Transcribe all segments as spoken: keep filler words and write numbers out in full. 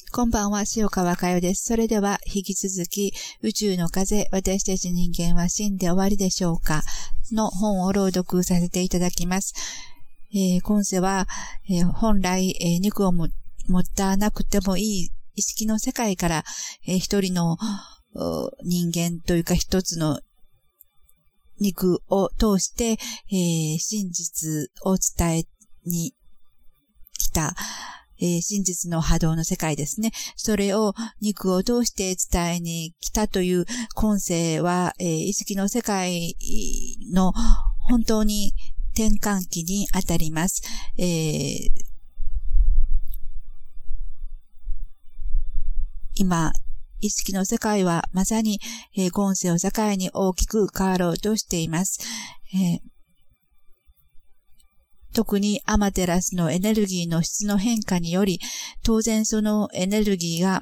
こんばんは、塩川佳代です。それでは、引き続き、宇宙の風、私たち人間は死んで終わりでしょうかの本を朗読させていただきます。えー、今世は、えー、本来、えー、肉をも持たなくてもいい意識の世界から、えー、一人の人間というか一つの肉を通して、えー、真実を伝えに来た、えー、真実の波動の世界ですね。それを肉を通して伝えに来たという今世は、えー、意識の世界の本当に転換期にあたります。えー、今、意識の世界はまさに、えー、今世を境に大きく変わろうとしています。えー特にアマテラスのエネルギーの質の変化により、当然そのエネルギーが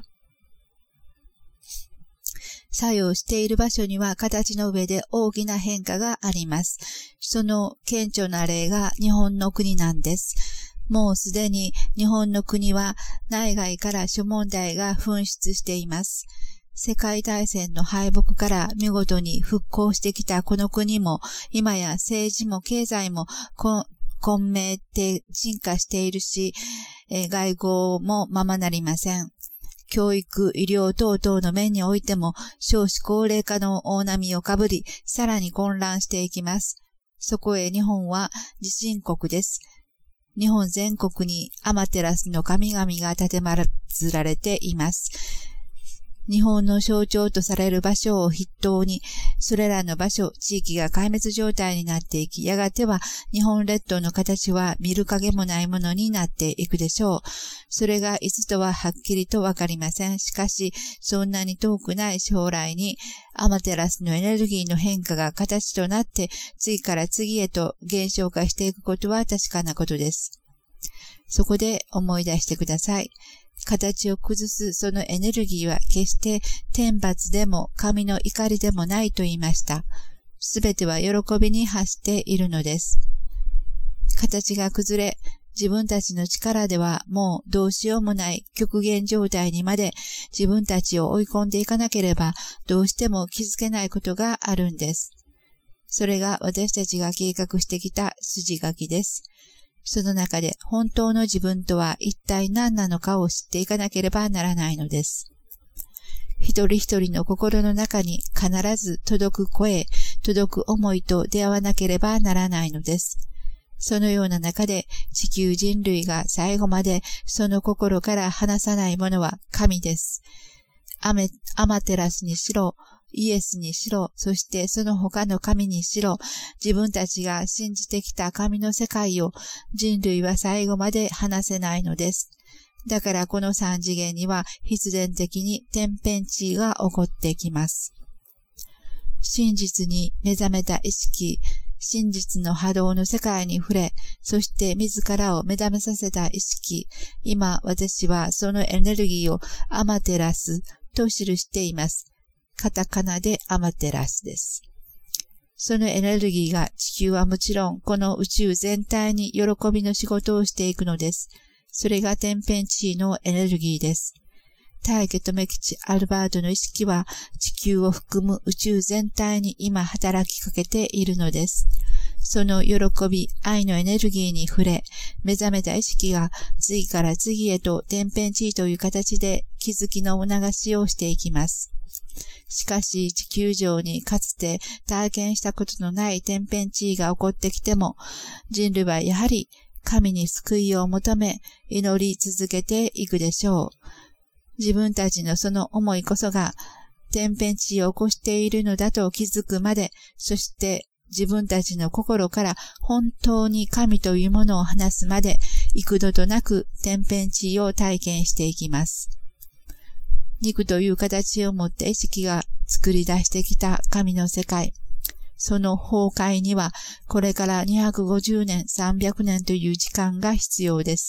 作用している場所には形の上で大きな変化があります。その顕著な例が日本の国なんです。もうすでに日本の国は内外から諸問題が噴出しています。世界大戦の敗北から見事に復興してきたこの国も、今や政治も経済も混迷って進化しているし、えー、外交もままなりません。教育、医療等々の面においても少子高齢化の大波をかぶり、さらに混乱していきます。そこへ日本は地震国です。日本全国にアマテラスの神々が建て祀られています。日本の象徴とされる場所を筆頭に、それらの場所、地域が壊滅状態になっていき、やがては日本列島の形は見る影もないものになっていくでしょう。それがいつとははっきりとわかりません。しかし、そんなに遠くない将来に、アマテラスのエネルギーの変化が形となって、次から次へと減少化していくことは確かなことです。そこで思い出してください。形を崩すそのエネルギーは決して天罰でも神の怒りでもないと言いました。すべては喜びに発しているのです。形が崩れ、自分たちの力ではもうどうしようもない極限状態にまで自分たちを追い込んでいかなければどうしても気づけないことがあるんです。それが私たちが計画してきた筋書きです。その中で本当の自分とは一体何なのかを知っていかなければならないのです。一人一人の心の中に必ず届く声、届く思いと出会わなければならないのです。そのような中で地球人類が最後までその心から離さないものは神です。アメ、アマテラスにしろ、イエスにしろ、そしてその他の神にしろ、自分たちが信じてきた神の世界を人類は最後まで離せないのです。だからこの三次元には必然的に天変地異が起こってきます。真実に目覚めた意識、真実の波動の世界に触れ、そして自らを目覚めさせた意識、今私はそのエネルギーをアマテラスと記しています。カタカナでアマテラスです。そのエネルギーが地球はもちろんこの宇宙全体に喜びの仕事をしていくのです。それが天変地異のエネルギーです。大家留吉アルバートの意識は地球を含む宇宙全体に今働きかけているのです。その喜び、愛のエネルギーに触れ、目覚めた意識が次から次へと天変地異という形で気づきの促しをしていきます。しかし地球上にかつて体験したことのない天変地異が起こってきても、人類はやはり神に救いを求め祈り続けていくでしょう。自分たちのその思いこそが天変地異を起こしているのだと気づくまで、そして自分たちの心から本当に神というものを話すまで、幾度となく天変地異を体験していきます。肉という形を持って意識が作り出してきた神の世界。その崩壊にはこれからにひゃくごじゅうねん、さんびゃくねんという時間が必要です。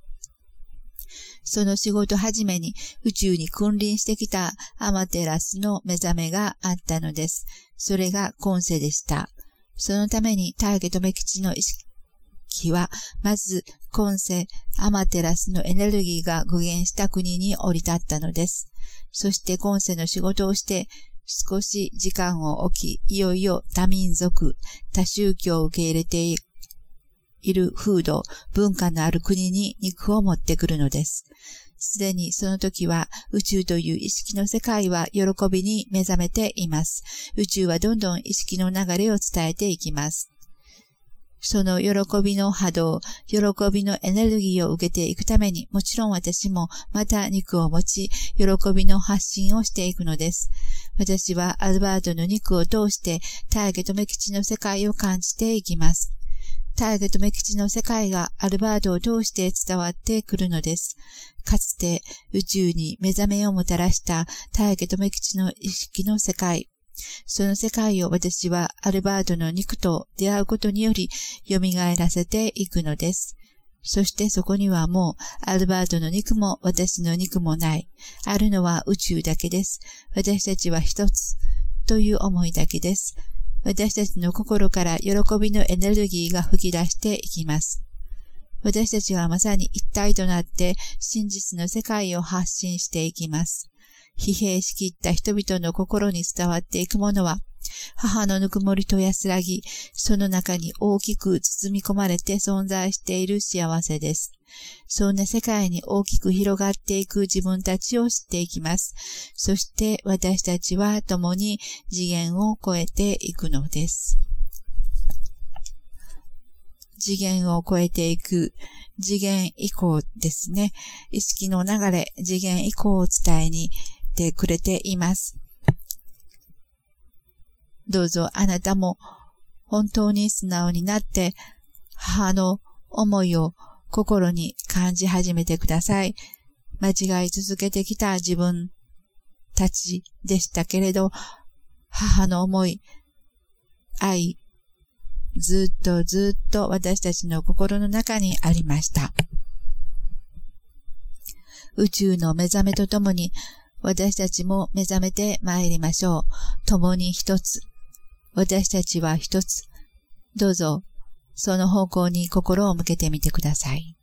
その仕事始めに宇宙に君臨してきたアマテラスの目覚めがあったのです。それが今世でした。そのために大家留吉の意識期は、まず今世アマテラスのエネルギーが具現した国に降り立ったのです。そして今世の仕事をして、少し時間を置き、いよいよ多民族、多宗教を受け入れている風土、文化のある国に肉を持ってくるのです。すでにその時は宇宙という意識の世界は喜びに目覚めています。宇宙はどんどん意識の流れを伝えていきます。その喜びの波動、喜びのエネルギーを受けていくために、もちろん私もまた肉を持ち、喜びの発信をしていくのです。私はアルバートの肉を通して大家と目吉の世界を感じていきます。大家と目吉の世界がアルバートを通して伝わってくるのです。かつて宇宙に目覚めをもたらした大家と目吉の意識の世界。その世界を私はアルバートの肉と出会うことにより蘇らせていくのです。そしてそこにはもうアルバートの肉も私の肉もない。あるのは宇宙だけです。私たちは一つという思いだけです。私たちの心から喜びのエネルギーが吹き出していきます。私たちはまさに一体となって真実の世界を発信していきます。疲弊しきった人々の心に伝わっていくものは、母のぬくもりと安らぎ、その中に大きく包み込まれて存在している幸せです。そんな世界に大きく広がっていく自分たちを知っていきます。そして私たちは共に次元を超えていくのです。次元を超えていく、次元移行ですね。意識の流れ、次元移行を伝えにてくれています。どうぞあなたも本当に素直になって母の思いを心に感じ始めてください。間違い続けてきた自分たちでしたけれど、母の思い、愛、ずっとずっと私たちの心の中にありました。宇宙の目覚めとともに私たちも目覚めて参りましょう。共に一つ。私たちは一つ。どうぞ、その方向に心を向けてみてください。